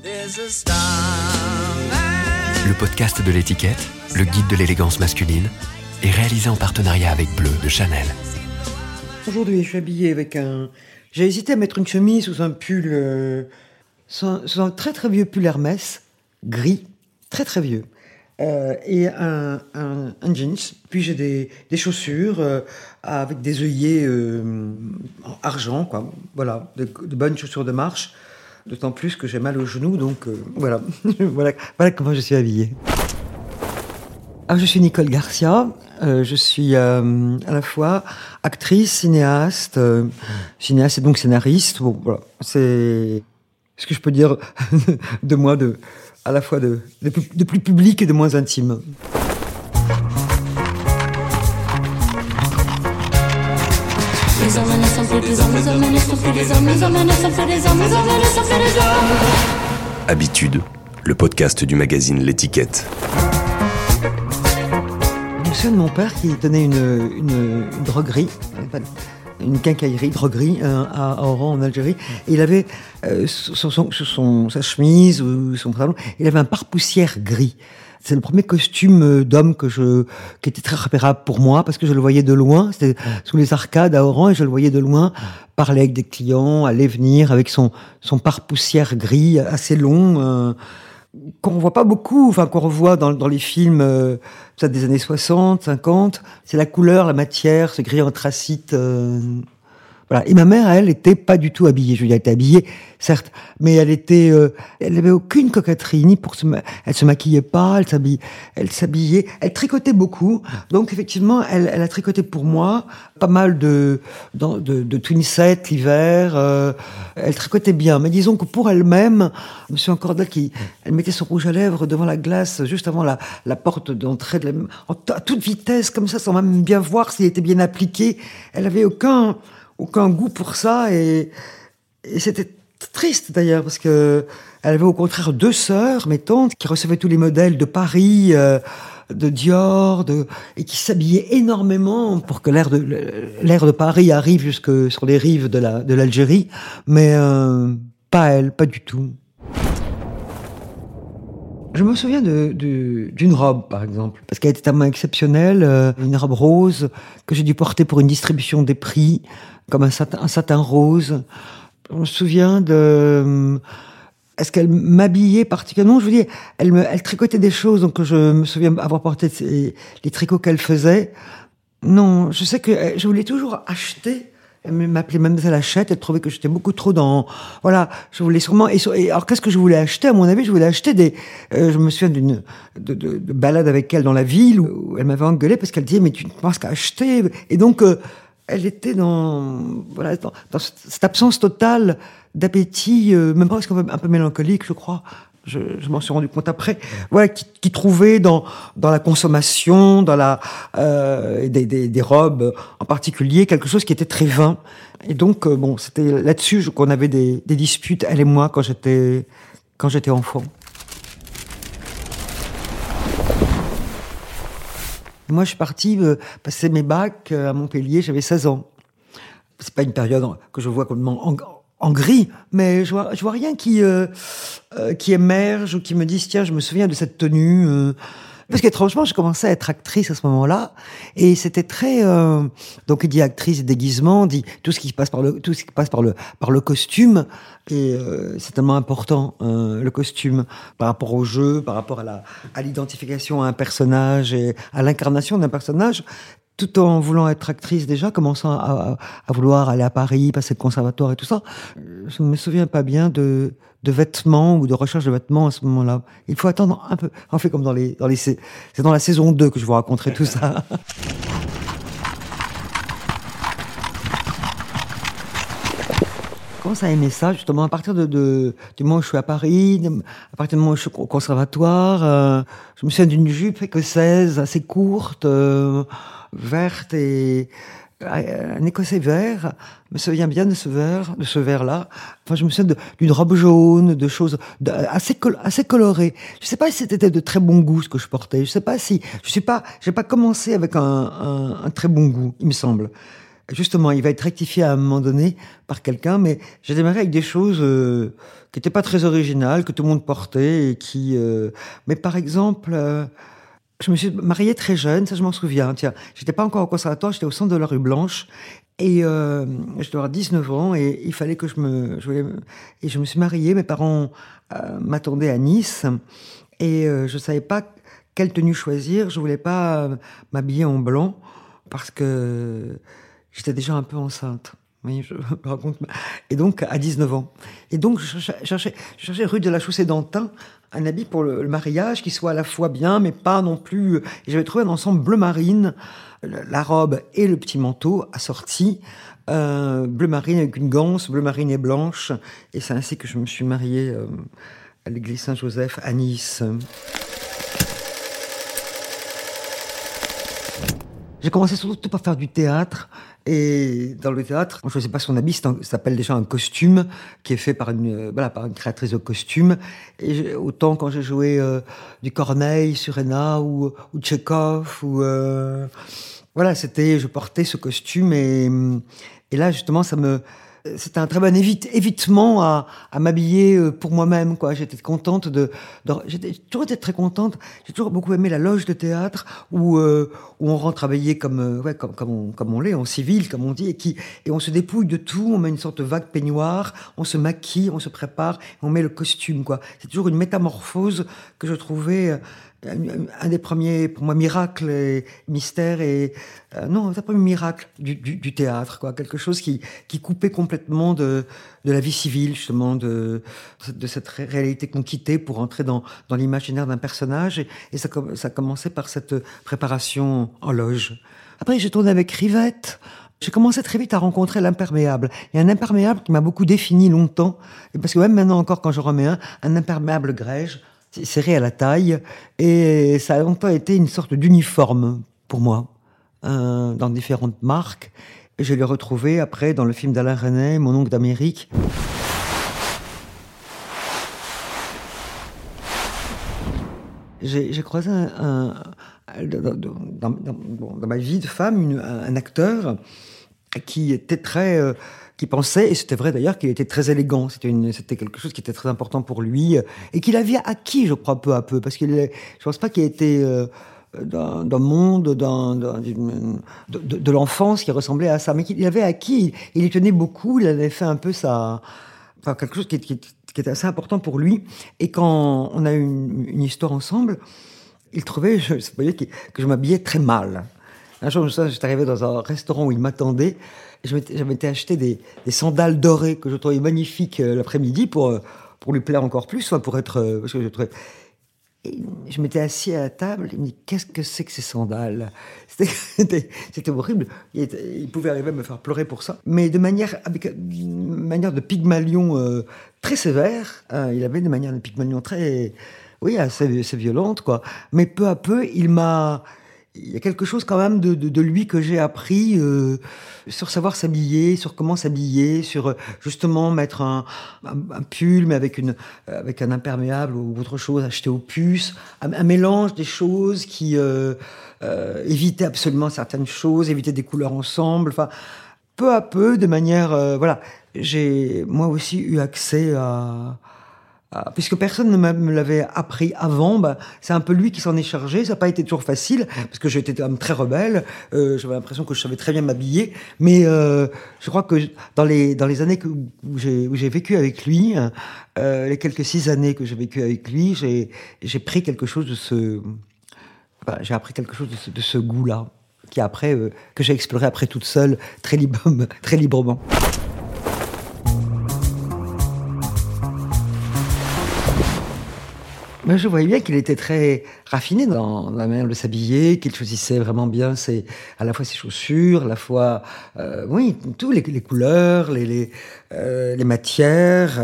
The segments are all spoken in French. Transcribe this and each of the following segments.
Le podcast de l'étiquette, le guide de l'élégance masculine, est réalisé en partenariat avec Bleu de Chanel. Aujourd'hui, je suis habillé avec J'ai hésité à mettre une chemise sous un pull... sous un très très vieux pull Hermès, gris, très très vieux. Et un jeans. Puis j'ai des chaussures avec des œillets en argent, quoi. Voilà, de bonnes chaussures de marche. D'autant plus que j'ai mal aux genoux, donc voilà. voilà comment je suis habillée. Alors, je suis Nicole Garcia. Je suis à la fois actrice, cinéaste et donc scénariste. Bon, voilà, c'est ce que je peux dire de moi, à la fois de plus public et de moins intime. Habitude, le podcast du magazine L'étiquette. Je me souviens de mon père qui tenait une droguerie, une quincaillerie, droguerie à Oran en Algérie. Et il avait sur sa chemise ou son pantalon, il avait un pare-poussière gris. C'est le premier costume d'homme qui était très repérable pour moi parce que je le voyais de loin. C'était sous les arcades à Oran et je le voyais de loin parler avec des clients, aller venir avec son pare-poussière gris assez long. Qu'on voit pas beaucoup, enfin qu'on revoit dans les films peut-être des années 60, 50, c'est la couleur, la matière, ce gris anthracite. Voilà. Et ma mère, elle, était pas du tout habillée. Je veux dire, elle était habillée, certes, mais elle avait aucune coquetterie, elle se maquillait pas, elle s'habillait, elle tricotait beaucoup. Donc effectivement, elle a tricoté pour moi pas mal de twin sets l'hiver. Elle tricotait bien, mais disons que pour elle-même, Monsieur Cordel elle mettait son rouge à lèvres devant la glace juste avant la porte d'entrée à toute vitesse, comme ça, sans même bien voir s'il était bien appliqué. Elle avait aucun goût pour ça et c'était triste d'ailleurs parce que elle avait au contraire 2 sœurs, mes tantes, qui recevaient tous les modèles de Paris, de Dior, et qui s'habillaient énormément pour que l'air de Paris arrive jusque sur les rives de l'Algérie, mais pas elle, pas du tout. Je me souviens d'une robe, par exemple, parce qu'elle était tellement exceptionnelle, une robe rose que j'ai dû porter pour une distribution des prix, comme un satin rose. Je me souviens est-ce qu'elle m'habillait particulièrement? Je veux dire, elle tricotait des choses, donc je me souviens avoir porté les tricots qu'elle faisait. Non, je sais que je voulais toujours acheter. Elle m'appelait Mademoiselle Hachette, elle trouvait que j'étais beaucoup trop voilà, je voulais sûrement... Et alors, qu'est-ce que je voulais acheter? À mon avis, je voulais acheter je me souviens de balade avec elle dans la ville, où elle m'avait engueulé parce qu'elle disait, mais tu ne penses qu'à acheter? Et donc, elle était dans cette absence totale d'appétit, même presque un peu mélancolique, je crois. Je m'en suis rendu compte après. Voilà, qui trouvait dans la consommation, dans des robes en particulier, quelque chose qui était très vain. Et donc, c'était là-dessus qu'on avait des disputes, elle et moi, quand j'étais enfant. Moi, je suis partie passer mes bacs à Montpellier, j'avais 16 ans. C'est pas une période que je vois complètement en gris, mais je vois rien qui émerge ou qui me dise tiens, je me souviens de cette tenue. Parce qu'étrangement, j'ai commencé à être actrice à ce moment-là, et c'était très donc il dit actrice et déguisement, dit tout ce qui passe par le costume, et c'est tellement important le costume par rapport au jeu, par rapport à l'identification à un personnage et à l'incarnation d'un personnage. Tout en voulant être actrice déjà, commençant à vouloir aller à Paris, passer le conservatoire et tout ça, je ne me souviens pas bien de vêtements ou de recherche de vêtements à ce moment-là. Il faut attendre un peu. En fait, comme c'est dans la saison 2 que je vous raconterai tout ça. Je commence à aimer ça, justement, à partir du moment où je suis à Paris, à partir du moment où je suis au conservatoire. Je me souviens d'une jupe écossaise assez courte, verte et un écossais vert. Je me souviens bien de ce vert-là. Enfin, je me souviens d'une robe jaune, de choses assez colorées. Je sais pas si c'était de très bon goût ce que je portais. J'ai pas commencé avec un très bon goût, il me semble. justement, il va être rectifié à un moment donné par quelqu'un, mais j'ai démarré avec des choses qui n'étaient pas très originales, que tout le monde portait, et qui... Mais par exemple, je me suis mariée très jeune, ça je m'en souviens. Tiens, j'étais pas encore au conservatoire, j'étais au centre de la rue Blanche, et je dois avoir 19 ans, et il fallait que et je me suis mariée, mes parents m'attendaient à Nice, et je savais pas quelle tenue choisir, je voulais pas m'habiller en blanc, parce que j'étais déjà un peu enceinte. Oui, je me raconte. Et donc, à 19 ans. Et donc, je cherchais rue de la Chaussée-d'Antin un habit pour le mariage qui soit à la fois bien, mais pas non plus. Et j'avais trouvé un ensemble bleu marine, la robe et le petit manteau assortis, bleu marine avec une ganse, bleu marine et blanche. Et c'est ainsi que je me suis mariée à l'église Saint-Joseph à Nice. J'ai commencé surtout par faire du théâtre. Et dans le théâtre, on ne choisit pas son habit, ça s'appelle déjà un costume qui est fait par une créatrice de costumes. Et autant quand j'ai joué du Corneille, Suréna ou Tchekhov, je portais ce costume et là justement c'était un très bon évitement à m'habiller pour moi-même, quoi. J'étais contente j'ai toujours été très contente. J'ai toujours beaucoup aimé la loge de théâtre où on rentre travailler comme on l'est, en civil, comme on dit, et on se dépouille de tout. On met une sorte de vague peignoir, on se maquille, on se prépare, et on met le costume, quoi. C'est toujours une métamorphose que je trouvais un des premiers, pour moi, miracles et mystères et non, c'est un premier miracle du théâtre, quoi. Quelque chose qui coupait complètement de la vie civile, justement, de cette réalité qu'on quittait pour entrer dans l'imaginaire d'un personnage. Et ça commençait par cette préparation en loge. Après, j'ai tourné avec Rivette. J'ai commencé très vite à rencontrer l'imperméable. Il y a un imperméable qui m'a beaucoup défini longtemps, parce que même maintenant encore, quand je remets un imperméable grège, serré à la taille, et ça a longtemps été une sorte d'uniforme pour moi, dans différentes marques. Et je l'ai retrouvé après dans le film d'Alain Resnais, Mon oncle d'Amérique. J'ai croisé dans ma vie de femme un acteur qui était très... qui pensait, et c'était vrai d'ailleurs, qu'il était très élégant. C'était quelque chose qui était très important pour lui, et qu'il avait acquis, je crois, peu à peu, parce je pense pas qu'il ait été d'un monde, de l'enfance qui ressemblait à ça, mais qu'il avait acquis, il y tenait beaucoup, il avait fait un peu quelque chose qui était assez important pour lui, et quand on a eu une histoire ensemble, il trouvait, que je m'habillais très mal. Un jour, j'étais arrivé dans un restaurant où il m'attendait. Je m'étais acheté des sandales dorées que je trouvais magnifiques l'après-midi pour lui plaire encore plus, soit pour être... parce que et je m'étais assis à la table, il me dit « Qu'est-ce que c'est que ces sandales ?» C'était horrible. Il pouvait arriver à me faire pleurer pour ça. Mais avec une manière de Pygmalion très sévère. Il avait des manières de Pygmalion assez violentes, quoi. Mais peu à peu, il y a quelque chose quand même de lui que j'ai appris sur savoir s'habiller, sur comment s'habiller, sur justement mettre un pull mais avec un imperméable ou autre chose acheté aux puces, un mélange des choses qui éviter absolument certaines choses, éviter des couleurs ensemble. Enfin, peu à peu, de manière j'ai moi aussi eu accès puisque personne ne me l'avait appris avant, c'est un peu lui qui s'en est chargé. Ça n'a pas été toujours facile, parce que j'étais quand même très rebelle. J'avais l'impression que je savais très bien m'habiller. Mais je crois que dans les années où j'ai vécu avec lui, les quelques 6 années que j'ai vécu avec lui, j'ai pris quelque chose j'ai appris quelque chose de ce goût-là, que j'ai exploré après toute seule, très librement. Mais je voyais bien qu'il était très raffiné dans la manière de s'habiller, qu'il choisissait vraiment bien à la fois ses chaussures, à la fois, tous les couleurs, les matières,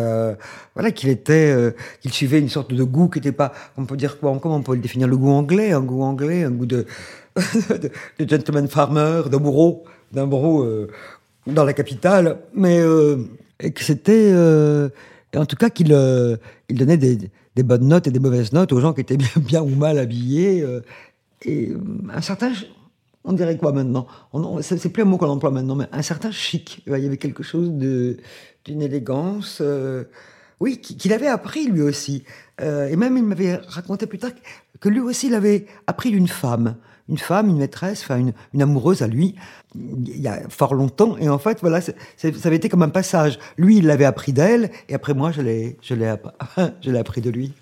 qu'il suivait une sorte de goût qui n'était pas, on peut dire quoi, comment on peut le définir, le goût anglais, un goût de gentleman farmer, d'un bourreau dans la capitale, mais et que c'était, en tout cas qu'il donnait des bonnes notes et des mauvaises notes aux gens qui étaient bien ou mal habillés. Et un certain on dirait quoi maintenant? C'est plus un mot qu'on emploie maintenant, mais un certain chic. Il y avait quelque chose d'une élégance, oui, qu'il avait appris lui aussi. Et même il m'avait raconté plus tard que lui aussi il avait appris d'une femme. Une femme, une maîtresse, enfin une amoureuse à lui, il y a fort longtemps. Et en fait, voilà, ça avait été comme un passage. Lui, il l'avait appris d'elle, et après moi, je l'ai appris de lui.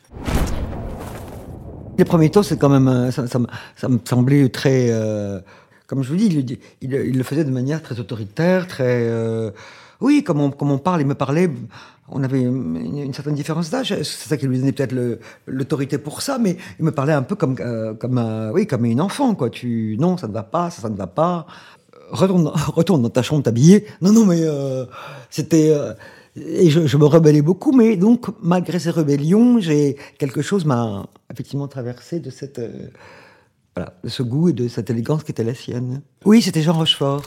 Les premiers temps, c'est quand même, ça me semblait très, comme je vous dis, il le faisait de manière très autoritaire, très, oui, comme on parle, il me parlait. On avait une certaine différence d'âge, c'est ça qui lui donnait peut-être l'autorité pour ça, mais il me parlait un peu comme une enfant, quoi. Non, ça ne va pas, ça ne va pas. Retourne dans ta chambre t'habiller. Non, mais c'était. Et je me rebellais beaucoup, mais donc malgré ces rébellions, quelque chose m'a effectivement traversé de de ce goût et de cette élégance qui était la sienne. Oui, c'était Jean Rochefort.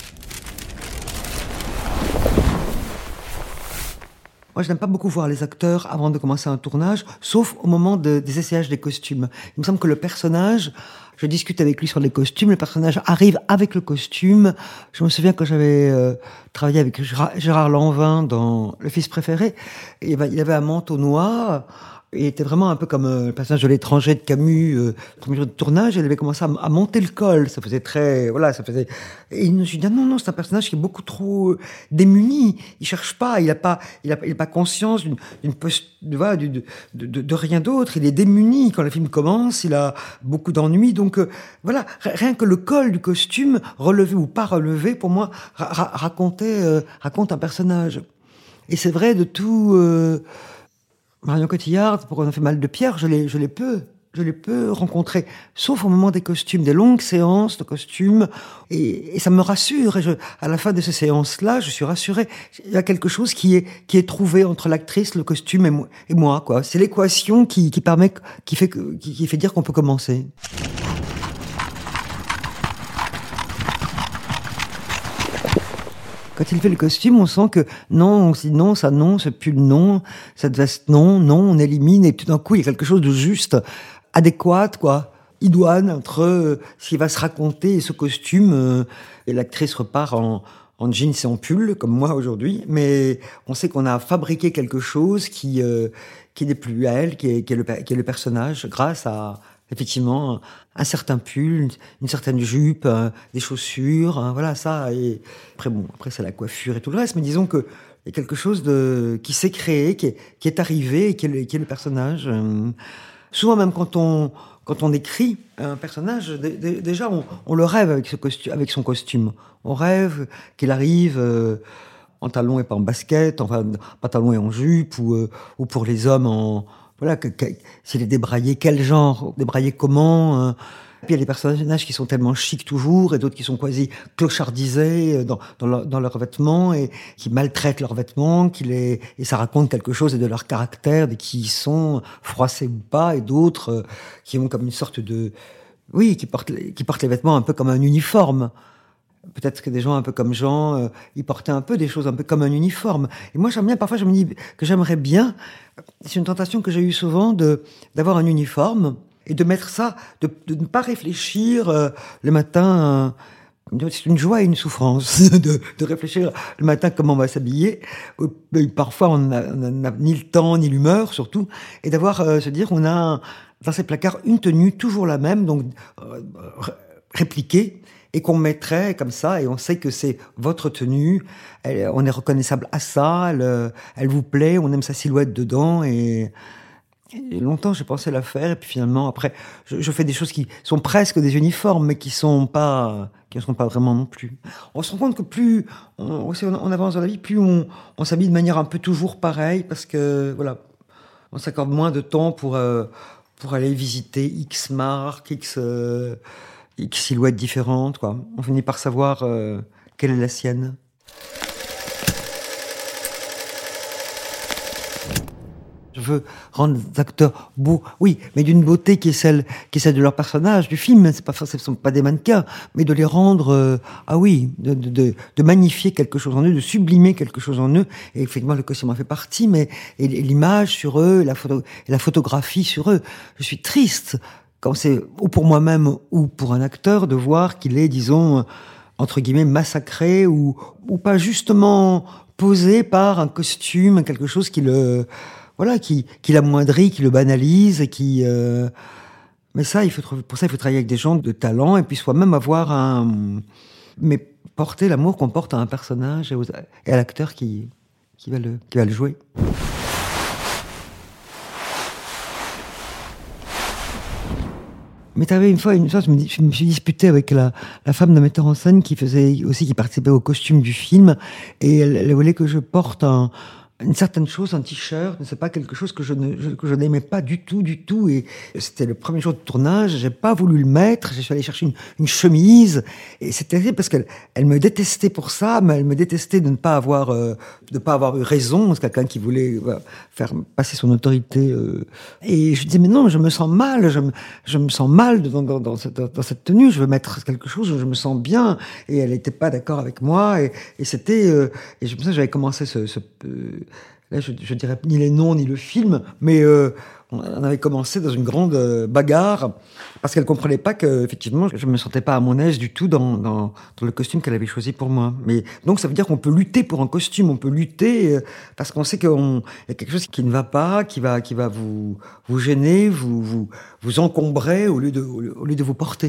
Moi, je n'aime pas beaucoup voir les acteurs avant de commencer un tournage, sauf au moment des essayages des costumes. Il me semble que le personnage, je discute avec lui sur les costumes, le personnage arrive avec le costume. Je me souviens que j'avais travaillé avec Gérard Lanvin dans Le Fils préféré. Et il avait un manteau noir. Il était vraiment un peu comme le personnage de l'étranger de Camus, premier jour de tournage. Il avait commencé à monter le col. Ça faisait très, voilà, ça faisait. Et il nous dit non, c'est un personnage qui est beaucoup trop démuni. Il cherche pas, il a pas conscience de rien d'autre. Il est démuni quand le film commence. Il a beaucoup d'ennuis. Donc voilà, rien que le col du costume, relevé ou pas relevé, pour moi, raconte un personnage. Et c'est vrai de tout. Marion Cotillard, pour On a fait mal de pierre, je l'ai peu rencontré, sauf au moment des costumes, des longues séances de costumes, et ça me rassure. Et à la fin de ces séances-là, je suis rassuré. Il y a quelque chose qui est trouvé entre l'actrice, le costume et moi, quoi. C'est l'équation qui fait dire qu'on peut commencer. Quand il fait le costume, on sent que non, on se dit non, ça non, ce pull non, cette veste non, on élimine, et tout d'un coup, il y a quelque chose de juste, adéquat, quoi. Idoine entre ce qui va se raconter et ce costume. Et l'actrice repart en jeans et en pull, comme moi aujourd'hui, mais on sait qu'on a fabriqué quelque chose qui n'est plus elle, qui est le personnage, grâce à effectivement un certain pull, une certaine jupe, des chaussures, voilà ça. Et après c'est la coiffure et tout le reste, mais disons que il y a quelque chose qui s'est créé, qui est arrivé et qui est le personnage. Souvent même quand on écrit un personnage, déjà on le rêve avec son costume. On rêve qu'il arrive en talons et pas en basket, enfin pantalon et en jupe, ou pour les hommes voilà, s'il est débraillé, quel genre, débraillé comment. Puis il y a des personnages qui sont tellement chics toujours, et d'autres qui sont quasi clochardisés dans leurs vêtements, et qui maltraitent leurs vêtements, et ça raconte quelque chose de leur caractère, de qui ils sont, froissés ou pas, et d'autres qui ont comme une sorte qui portent les vêtements un peu comme un uniforme. Peut-être que des gens un peu comme Jean, ils portaient un peu des choses un peu comme un uniforme. Et moi, parfois je me dis que j'aimerais bien, c'est une tentation que j'ai eue souvent, d'avoir un uniforme, et de mettre ça, de ne pas réfléchir le matin. C'est une joie et une souffrance de réfléchir le matin comment on va s'habiller. Parfois, on n'a ni le temps, ni l'humeur, surtout. Et d'avoir, se dire, on a dans ces placards une tenue toujours la même, donc répliquée, et qu'on mettrait comme ça, et on sait que c'est votre tenue, on est reconnaissable à ça, elle vous plaît, on aime sa silhouette dedans, et longtemps j'ai pensé la faire, et puis finalement après je fais des choses qui sont presque des uniformes, mais qui ne sont pas vraiment non plus. On se rend compte que plus on avance dans la vie, plus on s'habille de manière un peu toujours pareille, parce que voilà, on s'accorde moins de temps pour aller visiter X marques, X silhouettes différentes, quoi. On finit par savoir quelle est la sienne. Je veux rendre les acteurs beaux, oui, mais d'une beauté qui est celle de leur personnage, du film. Ce ne sont pas des mannequins, mais de les rendre, de magnifier quelque chose en eux, de sublimer quelque chose en eux. Et effectivement, le costume en fait partie, mais et l'image sur eux, la photographie sur eux. Je suis triste quand c'est ou pour moi-même ou pour un acteur, de voir qu'il est, disons, entre guillemets, massacré ou pas justement posé par un costume, quelque chose qui le, voilà, qui l'amoindrit, qui le banalise et qui, mais ça, pour ça, il faut travailler avec des gens de talent et puis soi-même mais porter l'amour qu'on porte à un personnage et à l'acteur qui va le jouer. Mais t'avais une fois, je me suis disputé avec la femme d'un metteur en scène qui participait au costume du film, et elle voulait que je porte une certaine chose, un t-shirt, mais c'est pas quelque chose que je n'aimais pas du tout, et c'était le premier jour de tournage, j'ai pas voulu le mettre, je suis allé chercher une chemise, et c'était terrible parce qu'elle me détestait pour ça, mais elle me détestait de ne pas avoir eu raison, c'est quelqu'un qui voulait faire passer son autorité, et je disais, mais non, je me sens mal, je me sens mal dans cette tenue, je veux mettre quelque chose où je me sens bien, et elle était pas d'accord avec moi, et c'était, et c'est pour ça que j'avais commencé là, je dirais ni les noms ni le film, mais on avait commencé dans une grande bagarre parce qu'elle comprenait pas que effectivement je me sentais pas à mon aise du tout dans le costume qu'elle avait choisi pour moi. Mais donc ça veut dire qu'on peut lutter pour un costume, on peut lutter parce qu'on sait qu'il y a quelque chose qui ne va pas, qui va vous gêner, vous encombrer au lieu de vous porter.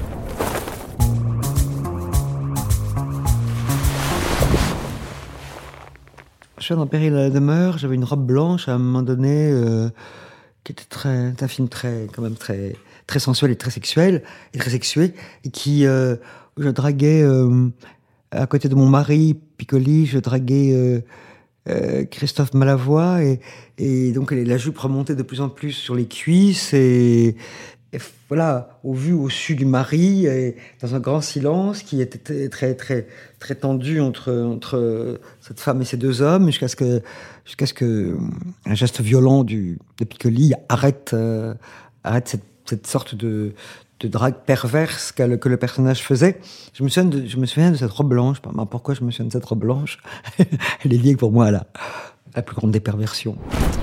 Je suis dans Péril à la demeure, j'avais une robe blanche à un moment donné, qui était un film quand même très, très sensuel et très sexuel, et très sexué, et où je draguais, à côté de mon mari, Piccoli, je draguais, Christophe Malavoie, et donc la jupe remontait de plus en plus sur les cuisses, et voilà, au su du mari, et dans un grand silence qui était très, très, très tendu entre cette femme et ces deux hommes, jusqu'à ce que un geste violent de Piccoli arrête cette sorte de drague perverse que le personnage faisait. Je me souviens de cette robe blanche. Pourquoi je me souviens de cette robe blanche? Elle est liée pour moi à la plus grande des perversions.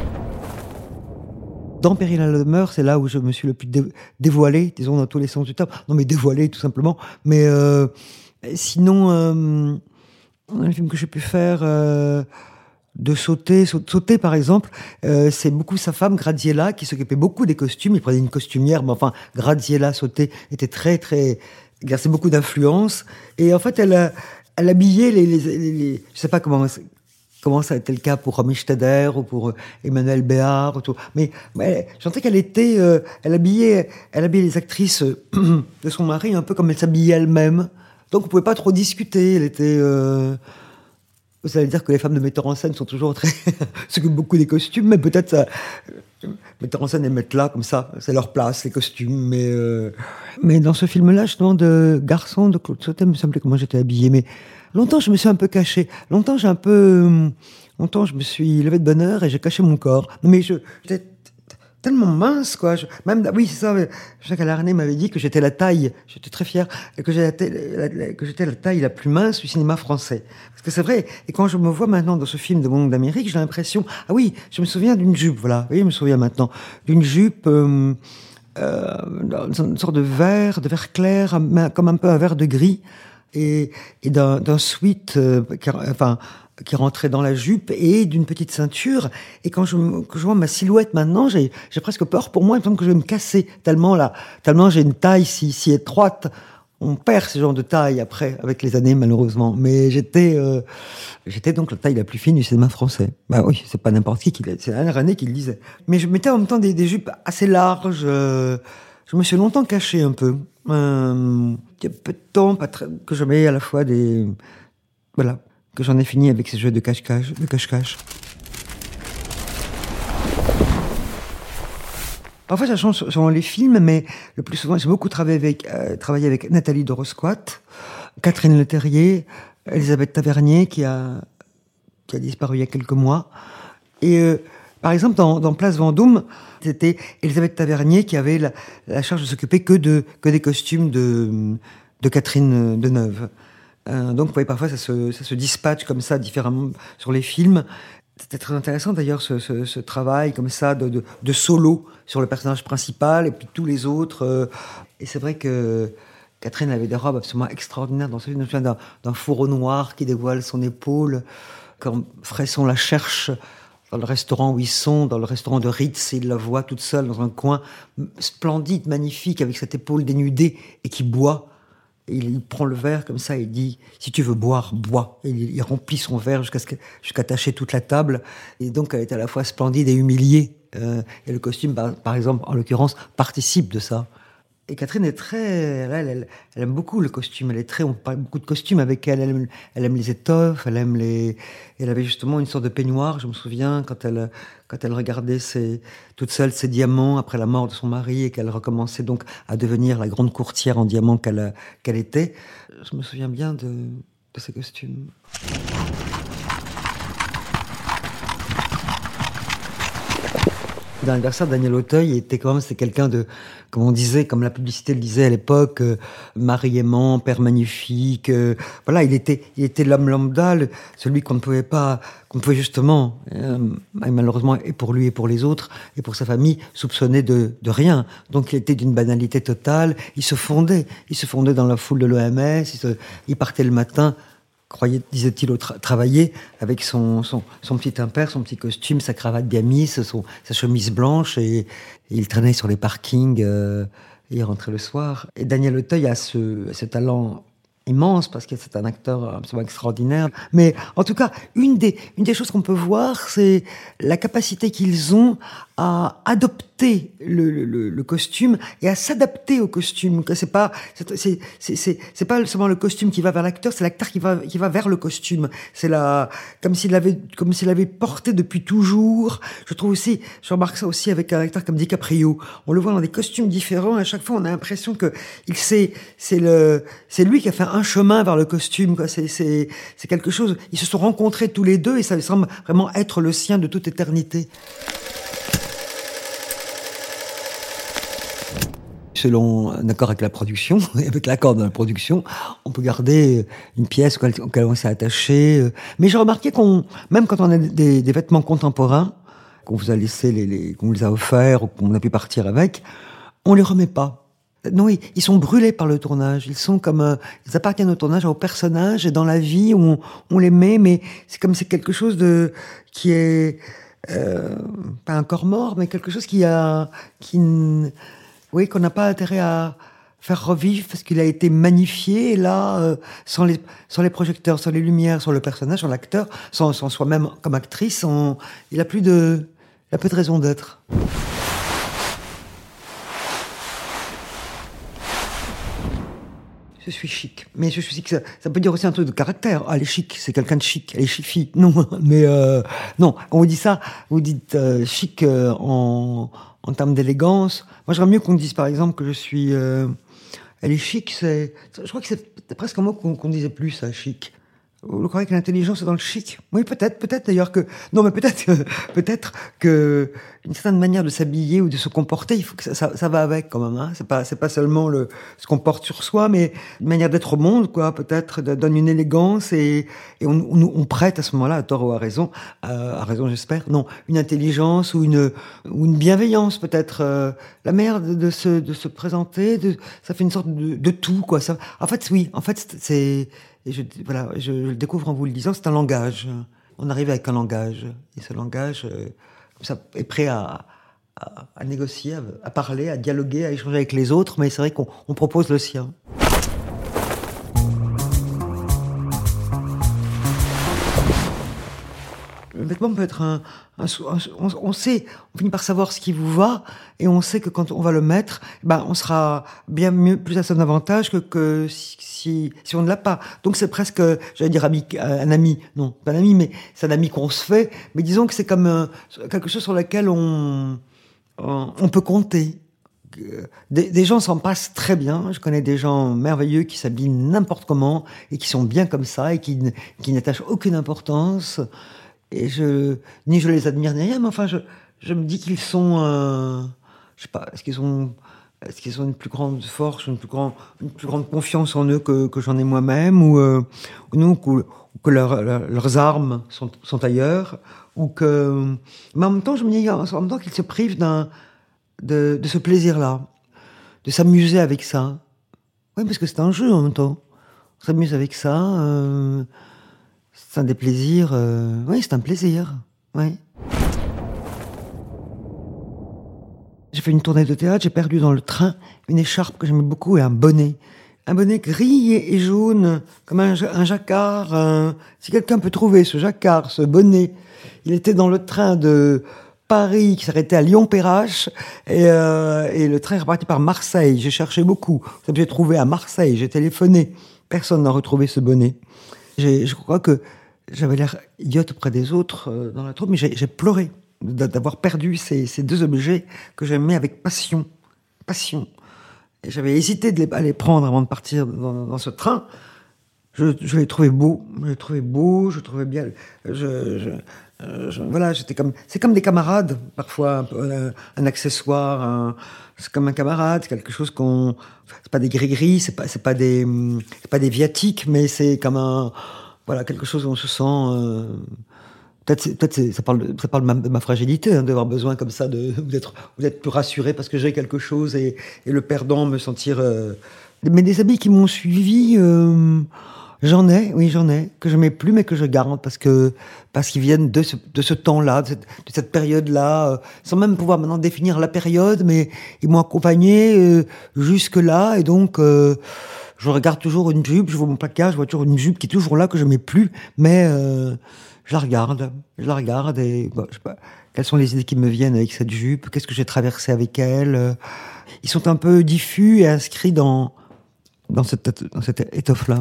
Dans Péril à la demeure, c'est là où je me suis le plus dévoilé, disons dans tous les sens du terme. Non, mais dévoilé tout simplement. Mais sinon, un film que j'ai pu faire, de sauter par exemple, c'est beaucoup sa femme Graziella qui s'occupait beaucoup des costumes. Il prenait une costumière, mais enfin Graziella Sauté était très très exerçait beaucoup d'influence. Et en fait, elle habillait les je sais pas comment ça a été le cas pour Romy Schneider ou pour Emmanuel Béard ou tout. Mais je sentais qu'elle était, elle habillait les actrices de son mari un peu comme elle s'habillait elle-même. Donc on pouvait pas trop discuter. Elle était, vous allez dire que les femmes de metteurs en scène sont toujours s'occupent beaucoup des costumes, mais peut-être ça, metteurs en scène les mettent là comme ça, c'est leur place, les costumes. Mais dans ce film-là, justement, de Garçon de Claude Sautet, il me semblait que moi j'étais habillée, mais longtemps, je me suis un peu cachée. Longtemps, je me suis levée de bonne heure et j'ai caché mon corps. Non, mais j'étais tellement mince, quoi. Oui, c'est ça. Jacques Alarnay m'avait dit que j'étais la taille. J'étais très fière que j'étais la taille la plus mince du cinéma français. Parce que c'est vrai. Et quand je me vois maintenant dans ce film de Monde d'Amérique, j'ai l'impression, ah oui, je me souviens d'une jupe, voilà. Oui, je me souviens maintenant d'une jupe, une sorte de vert clair, comme un peu un vert de gris. Et d'un sweat qui rentrait dans la jupe et d'une petite ceinture. Et quand je vois ma silhouette maintenant, j'ai presque peur pour moi. Il me semble que je vais me casser tellement j'ai une taille si étroite. On perd ce genre de taille après, avec les années, malheureusement. Mais j'étais donc la taille la plus fine du cinéma français. Bah oui, c'est pas n'importe qui c'est Alain René qui le disait. Mais je mettais en même temps des jupes assez larges. Je me suis longtemps caché un peu. Il y a peu de temps, que je mets à la fois que j'en ai fini avec ces jeux de cache-cache. Parfois, ça change selon les films, mais le plus souvent, j'ai beaucoup travaillé avec Nathalie Dorosquat, Catherine Leterrier, Elisabeth Tavernier, qui a disparu il y a quelques mois. Et par exemple, dans Place Vendôme, c'était Elisabeth Tavernier qui avait la charge de s'occuper que des costumes de Catherine Deneuve. Donc, vous voyez, parfois, ça se dispatche comme ça, différemment sur les films. C'était très intéressant d'ailleurs ce travail comme ça de solo sur le personnage principal et puis tous les autres. Et c'est vrai que Catherine avait des robes absolument extraordinaires dans ce film. Je me souviens d'un fourreau noir qui dévoile son épaule. Quand Fresson la cherche dans le restaurant où ils sont, dans le restaurant de Ritz, et il la voit toute seule dans un coin splendide, magnifique, avec cette épaule dénudée et qui boit. Et il prend le verre comme ça et il dit « Si tu veux boire, bois ». Et il remplit son verre jusqu'à tâcher toute la table. Et donc, elle est à la fois splendide et humiliée. Et le costume, par exemple, en l'occurrence, participe de ça. Et Catherine est très... Elle aime beaucoup le costume. On parle beaucoup de costumes avec elle. Elle aime les étoffes, elle avait justement une sorte de peignoir, je me souviens, quand elle regardait toute seule ses diamants après la mort de son mari et qu'elle recommençait donc à devenir la grande courtière en diamants qu'elle était. Je me souviens bien de ces costumes. Dans l'anniversaire de Daniel Auteuil, c'était quelqu'un de, comme on disait, comme la publicité le disait à l'époque, mari aimant, père magnifique. Voilà, il était l'homme lambda, celui qu'on pouvait justement, malheureusement, et pour lui et pour les autres, et pour sa famille, soupçonner de rien. Donc il était d'une banalité totale. Il se fondait dans la foule de l'OMS. Il partait le matin, disait-il, travailler avec son petit impair, son petit costume, sa cravate bien mise, sa chemise blanche, et il traînait sur les parkings et il rentrait le soir. Et Daniel Auteuil a ce talent immense parce que c'est un acteur absolument extraordinaire. Mais en tout cas, une des choses qu'on peut voir, c'est la capacité qu'ils ont à adopter le costume et à s'adapter au costume. C'est pas seulement le costume qui va vers l'acteur, c'est l'acteur qui va vers le costume. C'est comme s'il l'avait porté depuis toujours. Je remarque ça aussi avec un acteur comme DiCaprio. On le voit dans des costumes différents et à chaque fois on a l'impression que c'est lui qui a fait un chemin vers le costume, quoi. C'est quelque chose. Ils se sont rencontrés tous les deux et ça semble vraiment être le sien de toute éternité. Selon un accord avec la production, avec l'accord de la production, on peut garder une pièce auquel on s'est attaché. Mais j'ai remarqué même quand on a des vêtements contemporains, qu'on vous a laissé, qu'on vous les a offerts ou qu'on a pu partir avec, on les remet pas. Non, ils sont brûlés par le tournage. Ils appartiennent au tournage, au personnage, et dans la vie, on les met, mais c'est quelque chose qui est, pas un corps mort, mais quelque chose qu'on n'a pas intérêt à faire revivre parce qu'il a été magnifié, et là, sans les projecteurs, sans les lumières, sans le personnage, sans l'acteur, sans soi-même comme actrice, il a peu de raison d'être. Je suis chic. Mais je suis chic, ça peut dire aussi un truc de caractère. Ah, elle est chic, c'est quelqu'un de chic, elle est chic-fille. Non, mais non, on vous dit ça, vous dites chic en termes d'élégance. Moi, j'aimerais mieux qu'on me dise, par exemple, que je suis... elle est chic, je crois que c'est presque un mot qu'on disait plus, ça, chic. Vous croyez que l'intelligence est dans le chic? Oui, peut-être d'ailleurs que... Non, mais peut-être que une certaine manière de s'habiller ou de se comporter, il faut que ça va avec quand même. Hein. C'est pas seulement ce qu'on porte sur soi, mais une manière d'être au monde, quoi. Peut-être donne une élégance et on prête à ce moment-là, à tort ou à raison j'espère. Non, une intelligence ou une bienveillance peut-être. La manière de se présenter, ça fait une sorte de tout, quoi. Ça, en fait, oui. En fait, c'est et je le découvre en vous le disant, c'est un langage. On arrive avec un langage. Et ce langage, comme ça, est prêt à négocier, à parler, à dialoguer, à échanger avec les autres, mais c'est vrai qu'on propose le sien. Le vêtement peut être on finit par savoir ce qui vous va, et on sait que quand on va le mettre, on sera bien mieux, plus à son avantage que si on ne l'a pas. Donc c'est presque, j'allais dire un ami, non, pas un ami, mais c'est un ami qu'on se fait, mais disons que c'est comme quelque chose sur lequel on peut compter. Des gens s'en passent très bien. Je connais des gens merveilleux qui s'habillent n'importe comment et qui sont bien comme ça et qui n'attachent aucune importance. Et ni je les admire ni rien, mais enfin, je me dis qu'ils sont, je sais pas, est-ce qu'ils ont une plus grande force, une plus grande confiance en eux que j'en ai moi-même, ou que leurs armes sont ailleurs, ou que... Mais en même temps, je me dis, en même temps qu'il se prive de ce plaisir-là, de s'amuser avec ça. Oui, parce que c'est un jeu en même temps. On s'amuse avec ça, c'est un des plaisirs... Oui, c'est un plaisir, oui. J'ai fait une tournée de théâtre, j'ai perdu dans le train une écharpe que j'aimais beaucoup et un bonnet. Un bonnet gris et jaune, comme un jacquard. Si quelqu'un peut trouver ce jacquard, ce bonnet, il était dans le train de Paris qui s'arrêtait à Lyon-Perrache et le train est reparti par Marseille. J'ai cherché beaucoup. J'ai trouvé à Marseille, j'ai téléphoné. Personne n'a retrouvé ce bonnet. Je crois que j'avais l'air idiote auprès des autres dans la troupe, mais j'ai pleuré d'avoir perdu ces deux objets que j'aimais avec passion. Passion. Et j'avais hésité à les prendre avant de partir dans ce train. Je les trouvais beaux. Je trouvais bien. Voilà, c'est comme des camarades, parfois, un accessoire, c'est comme un camarade, c'est quelque chose c'est pas des gris-gris, c'est pas des viatiques, mais c'est comme voilà, quelque chose où on se sent, peut-être ça parle de ma fragilité, hein, d'avoir besoin comme ça vous êtes plus rassuré parce que j'ai quelque chose et le perdant me sentir, mais des habits qui m'ont suivi, j'en ai, que je mets plus mais que je garde parce qu'ils viennent de ce temps-là, de cette période-là, sans même pouvoir maintenant définir la période, mais ils m'ont accompagné jusque-là et donc je regarde toujours une jupe, je vois mon placard, je vois toujours une jupe qui est toujours là que je mets plus, mais je la regarde et je sais pas quelles sont les idées qui me viennent avec cette jupe, qu'est-ce que j'ai traversé avec elle. Ils sont un peu diffus et inscrits dans cette étoffe-là.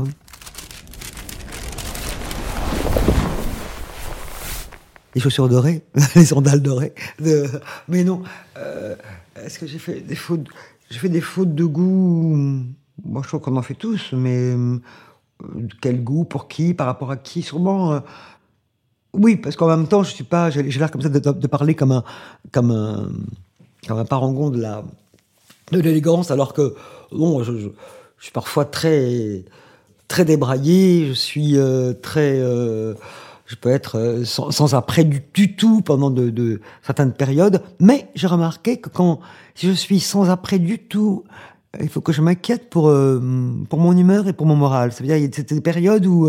Les chaussures dorées, les sandales dorées. Mais non, est-ce que j'ai fait des fautes de goût? Moi, je trouve qu'on en fait tous, mais quel goût, pour qui, par rapport à qui, sûrement. Oui, parce qu'en même temps, j'ai l'air comme ça de parler comme un parangon de l'élégance, alors que bon, je suis parfois très très débraillé. Je suis très je peux être sans après du tout pendant de certaines périodes, mais j'ai remarqué que si je suis sans après du tout, il faut que je m'inquiète pour mon humeur et pour mon moral. Ça veut dire, il y a des périodes où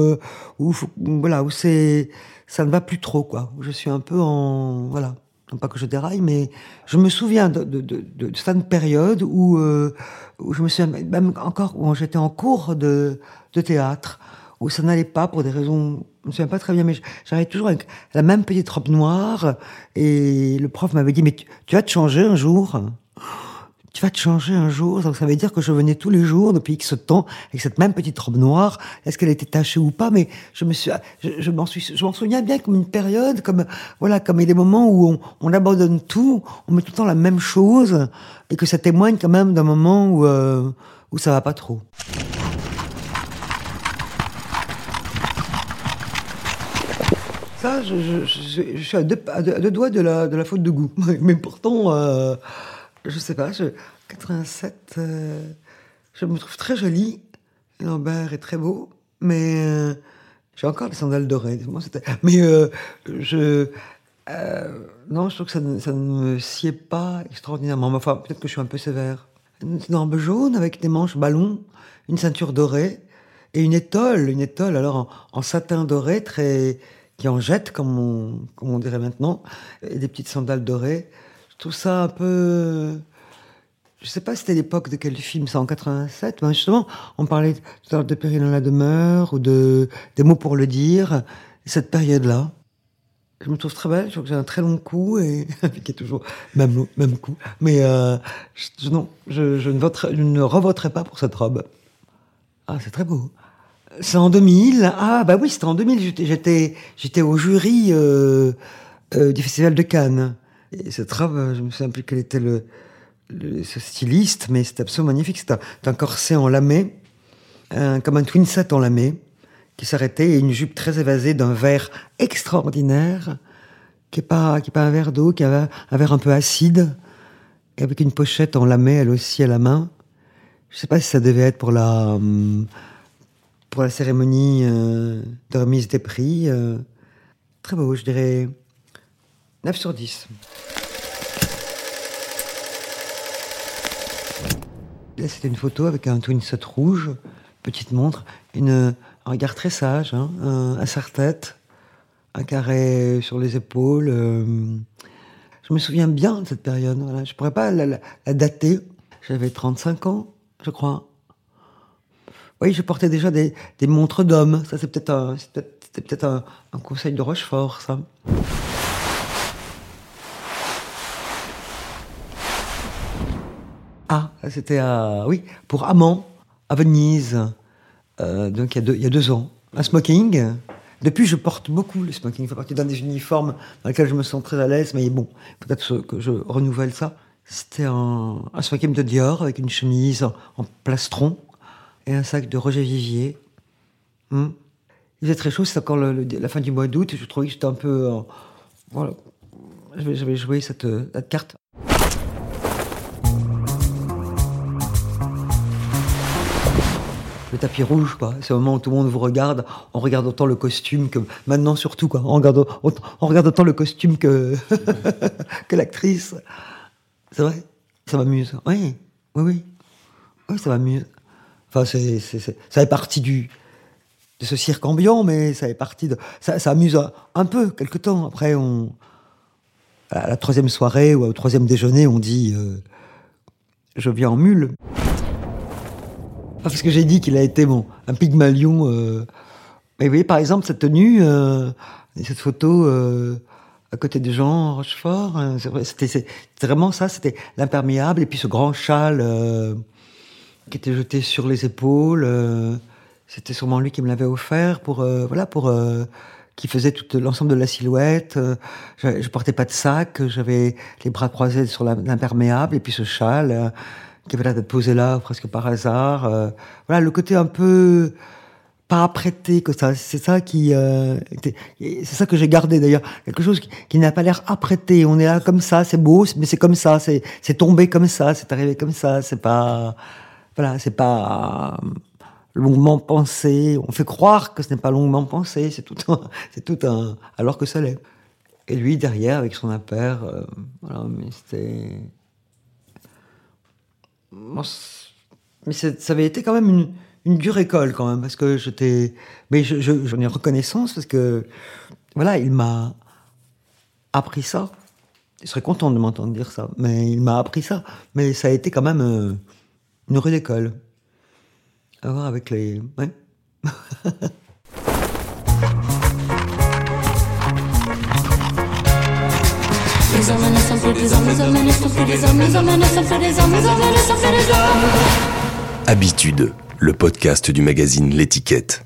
ça ne va plus trop, quoi. Où je suis un peu voilà. Non pas que je déraille, mais je me souviens de certaines périodes où je me souviens même encore où j'étais en cours de théâtre, où ça n'allait pas pour des raisons, je me souviens pas très bien, mais j'arrivais toujours avec la même petite robe noire et le prof m'avait dit, mais tu vas te changer un jour. Tu vas te changer un jour, donc ça veut dire que je venais tous les jours depuis X temps avec cette même petite robe noire. Est-ce qu'elle était tachée ou pas? Mais je m'en souviens bien comme une période, comme il y a des moments où on abandonne tout, on met tout le temps la même chose, et que ça témoigne quand même d'un moment où ça va pas trop. Ça, je suis à deux doigts de la faute de goût, mais pourtant. Je sais pas, 87, je me trouve très jolie. Lambert est très beau, mais j'ai encore des sandales dorées. Non, je trouve que ça ne me sied pas extraordinairement. Enfin, peut-être que je suis un peu sévère. Une robe jaune avec des manches ballons, une ceinture dorée et une étole alors en satin doré, qui en jette, comme on dirait maintenant, et des petites sandales dorées. Je trouve ça un peu... Je sais pas si c'était l'époque de quel film, ça, en 87. Ben justement, on parlait tout à l'heure de Péril dans la demeure, ou des mots pour le dire. Cette période-là, je me trouve très belle. Je trouve que j'ai un très long cou, et qui est toujours même cou. Mais je ne revoterai pas pour cette robe. Ah, c'est très beau. C'est en 2000. Ah, bah oui, c'était en 2000. J'étais au jury du Festival de Cannes. Et cette robe, je me souviens plus quel était ce styliste, mais c'était absolument magnifique. C'était un corset en lamé, comme un twin set en lamé, qui s'arrêtait, et une jupe très évasée d'un vert extraordinaire, qui est pas un verre d'eau, qui avait un verre un peu acide, et avec une pochette en lamé, elle aussi à la main. Je sais pas si ça devait être pour la cérémonie de remise des prix. Très beau, je dirais 9 sur 10. Là, c'était une photo avec un twin set rouge, petite montre, un regard très sage, hein, un serre-tête, un carré sur les épaules. Je me souviens bien de cette période. Voilà. Je ne pourrais pas la dater. J'avais 35 ans, je crois. Oui, je portais déjà des montres d'hommes. Ça, c'était peut-être un conseil de Rochefort, ça. Ah, c'était pour Amant, à Venise, donc il y a 2 ans. Un smoking. Depuis, je porte beaucoup le smoking. Il fait partie d'un des uniformes dans lesquels je me sens très à l'aise, mais bon, peut-être que je renouvelle ça. C'était un smoking de Dior avec une chemise en plastron et un sac de Roger Vivier. Il faisait très chaud, c'était encore la fin du mois d'août, et je trouvais que j'étais un peu... voilà, j'avais joué cette carte. Le tapis rouge, quoi. C'est le moment où tout le monde vous regarde. On regarde autant le costume que... Maintenant, surtout, quoi. On regarde autant le costume que... que l'actrice. C'est vrai. Ça m'amuse. Oui, ça m'amuse. Enfin, ça fait partie de ce cirque ambiant, mais ça fait partie de... Ça amuse un peu, quelque temps. Après, à la 3e soirée ou au 3e déjeuner, on dit... je viens en mule. Parce que j'ai dit qu'il a été un Pygmalion. Mais vous voyez, par exemple, cette tenue, cette photo à côté de Jean Rochefort, c'était vraiment ça, c'était l'imperméable, et puis ce grand châle qui était jeté sur les épaules. C'était sûrement lui qui me l'avait offert qui faisait tout l'ensemble de la silhouette. Je portais pas de sac, j'avais les bras croisés sur l'imperméable, et puis ce châle... qui avait l'air d'être posé là, presque par hasard. Voilà, le côté un peu pas apprêté, que ça, c'est ça c'est ça que j'ai gardé d'ailleurs. Quelque chose qui n'a pas l'air apprêté. On est là comme ça, c'est beau, mais c'est comme ça, c'est tombé comme ça, c'est arrivé comme ça. C'est pas longuement pensé. On fait croire que ce n'est pas longuement pensé. C'est tout un, alors que ça l'est. Et lui derrière avec son impair, voilà, mais c'était. Mais ça avait été quand même une dure école quand même, parce que mais j'en ai reconnaissance parce que voilà, il m'a appris ça. Je serais content de m'entendre dire ça, mais il m'a appris ça. Mais ça a été quand même une rude école. À voir avec les... Ouais. Habitude, le podcast du magazine L'Étiquette.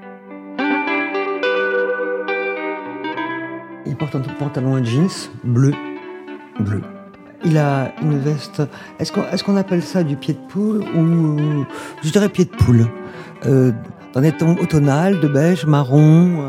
Il porte un pantalon et jeans bleu. Il a une veste. Est-ce qu'on appelle ça du pied de poule ou je dirais pied de poule, dans des tons automnales de beige, marron,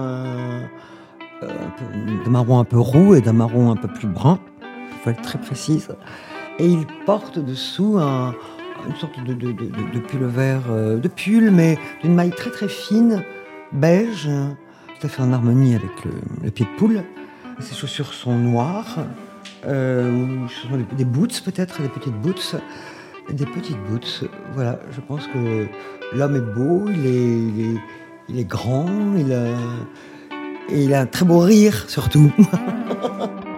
de marron un peu roux et d'un marron un peu plus brun. Il faut être très précise. Et il porte dessous une sorte de pull vert, de pull, mais d'une maille très très fine, beige, tout à fait en harmonie avec le pied de poule. Ses chaussures sont noires, ou ce sont des boots peut-être, des petites boots. Voilà, je pense que l'homme est beau, il est grand, et il a un très beau rire surtout.